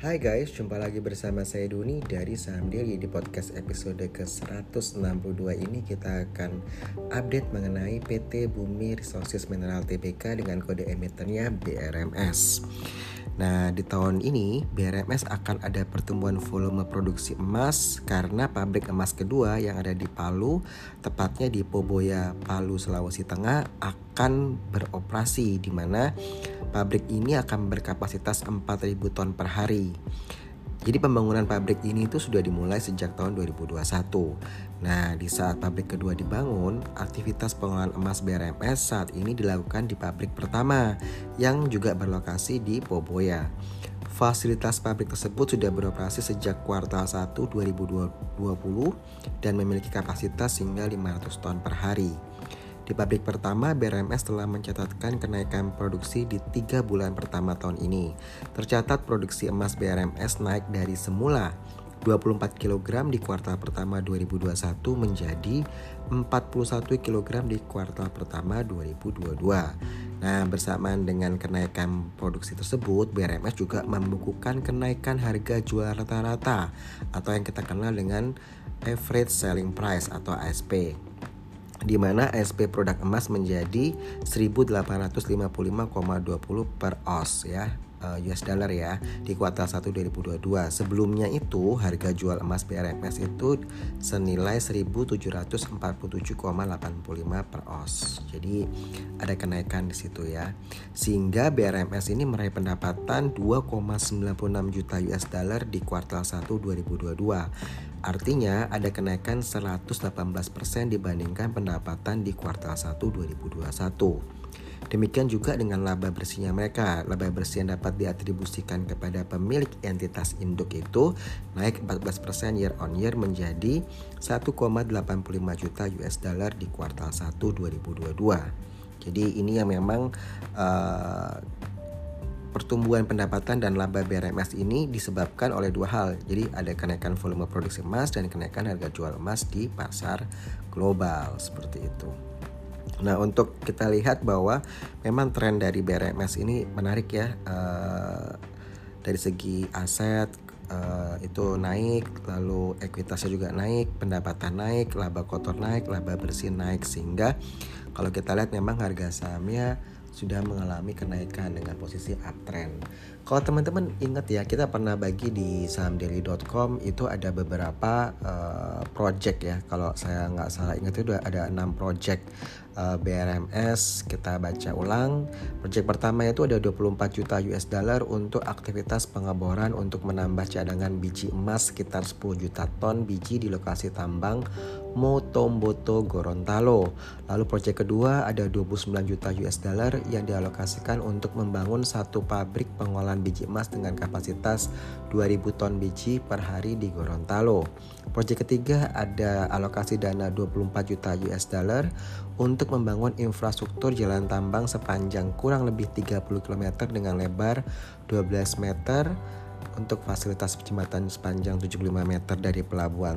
Hai guys, jumpa lagi bersama saya Doni dari Saham Daily. Di podcast episode ke-162 ini kita akan update mengenai PT Bumi Resources Mineral Tbk dengan kode emitennya BRMS. Nah, di tahun ini BRMS akan ada pertumbuhan volume produksi emas karena pabrik emas kedua yang ada di Palu, tepatnya di Poboya, Palu, Sulawesi Tengah akan beroperasi, di mana pabrik ini akan berkapasitas 4.000 ton per hari. Jadi pembangunan pabrik ini itu sudah dimulai sejak tahun 2021. Nah, di saat pabrik kedua dibangun, aktivitas pengolahan emas BRMS saat ini dilakukan di pabrik pertama yang juga berlokasi di Poboya. Fasilitas pabrik tersebut sudah beroperasi sejak kuartal 1 2020 dan memiliki kapasitas hingga 500 ton per hari. Di pabrik pertama, BRMS telah mencatatkan kenaikan produksi di 3 bulan pertama tahun ini. Tercatat produksi emas BRMS naik dari semula 24 kg di kuartal pertama 2021 menjadi 41 kg di kuartal pertama 2022. Nah, bersamaan dengan kenaikan produksi tersebut, BRMS juga membukukan kenaikan harga jual rata-rata atau yang kita kenal dengan Average Selling Price atau ASP, di mana ASP produk emas menjadi 1.855,20 per oz ya, US dollar ya, di kuartal 1 2022. Sebelumnya itu harga jual emas BRMS itu senilai 1.747,85 per oz. Jadi ada kenaikan di situ ya. Sehingga BRMS ini meraih pendapatan 2,96 juta US dollar di kuartal 1 2022. Artinya ada kenaikan 118% dibandingkan pendapatan di kuartal 1 2021. Demikian juga dengan laba bersihnya mereka. Laba bersih yang dapat diatribusikan kepada pemilik entitas induk itu naik 14% year on year menjadi 1,85 juta US dollar di kuartal 1 2022. Jadi ini yang memang pertumbuhan pendapatan dan laba BRMS ini disebabkan oleh dua hal. Jadi ada kenaikan volume produksi emas dan kenaikan harga jual emas di pasar global, seperti itu. Nah, untuk kita lihat bahwa memang tren dari BRMS ini menarik ya. Dari segi aset itu naik, lalu ekuitasnya juga naik, pendapatan naik, laba kotor naik, laba bersih naik, sehingga kalau kita lihat memang harga sahamnya sudah mengalami kenaikan dengan posisi uptrend. Kalau teman-teman ingat ya, kita pernah bagi di sahamdaily.com itu ada beberapa project ya. Kalau saya nggak salah ingat itu ada 6 project BRMS. Kita baca ulang. Project pertama itu ada 24 juta US dollar untuk aktivitas pengeboran untuk menambah cadangan biji emas sekitar 10 juta ton biji di lokasi tambang Motomboto, Gorontalo. Lalu proyek kedua ada 29 juta US dollar yang dialokasikan untuk membangun satu pabrik pengolahan biji emas dengan kapasitas 2000 ton biji per hari di Gorontalo. Proyek ketiga ada alokasi dana 24 juta US dollar untuk membangun infrastruktur jalan tambang sepanjang kurang lebih 30 km dengan lebar 12 meter untuk fasilitas jembatan sepanjang 75 meter dari pelabuhan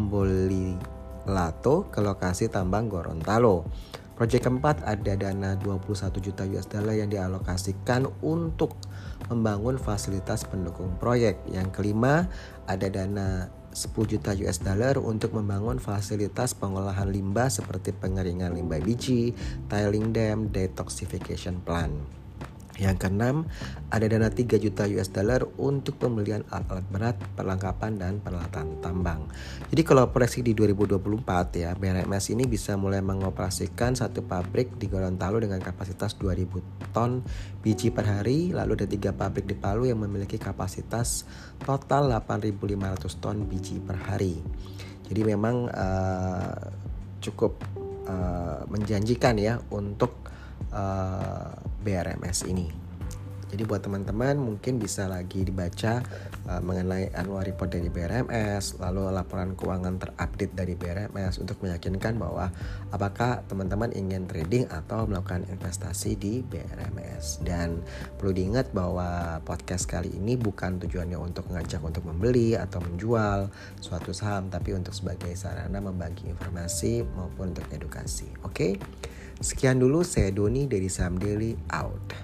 Tomboli-Lato ke lokasi tambang Gorontalo. Proyek keempat ada dana 21 juta US dollar yang dialokasikan untuk membangun fasilitas pendukung proyek. Yang kelima ada dana 10 juta US dollar untuk membangun fasilitas pengolahan limbah seperti pengeringan limbah biji, tiling dam, detoxification plant. Yang keenam, ada dana 3 juta US dollar untuk pembelian alat-alat berat, perlengkapan, dan peralatan tambang. Jadi kalau proyeksi di 2024 ya, BRMS ini bisa mulai mengoperasikan satu pabrik di Gorontalo dengan kapasitas 2000 ton biji per hari. Lalu ada 3 pabrik di Palu yang memiliki kapasitas total 8.500 ton biji per hari. Jadi memang cukup menjanjikan ya untuk BRMS ini. Jadi buat teman-teman mungkin bisa lagi dibaca mengenai annual report dari BRMS, lalu laporan keuangan terupdate dari BRMS untuk meyakinkan bahwa apakah teman-teman ingin trading atau melakukan investasi di BRMS. Dan perlu diingat bahwa podcast kali ini bukan tujuannya untuk mengajak untuk membeli atau menjual suatu saham, tapi untuk sebagai sarana membagi informasi maupun untuk edukasi. Oke? Sekian dulu, saya Doni dari Saham Daily, out.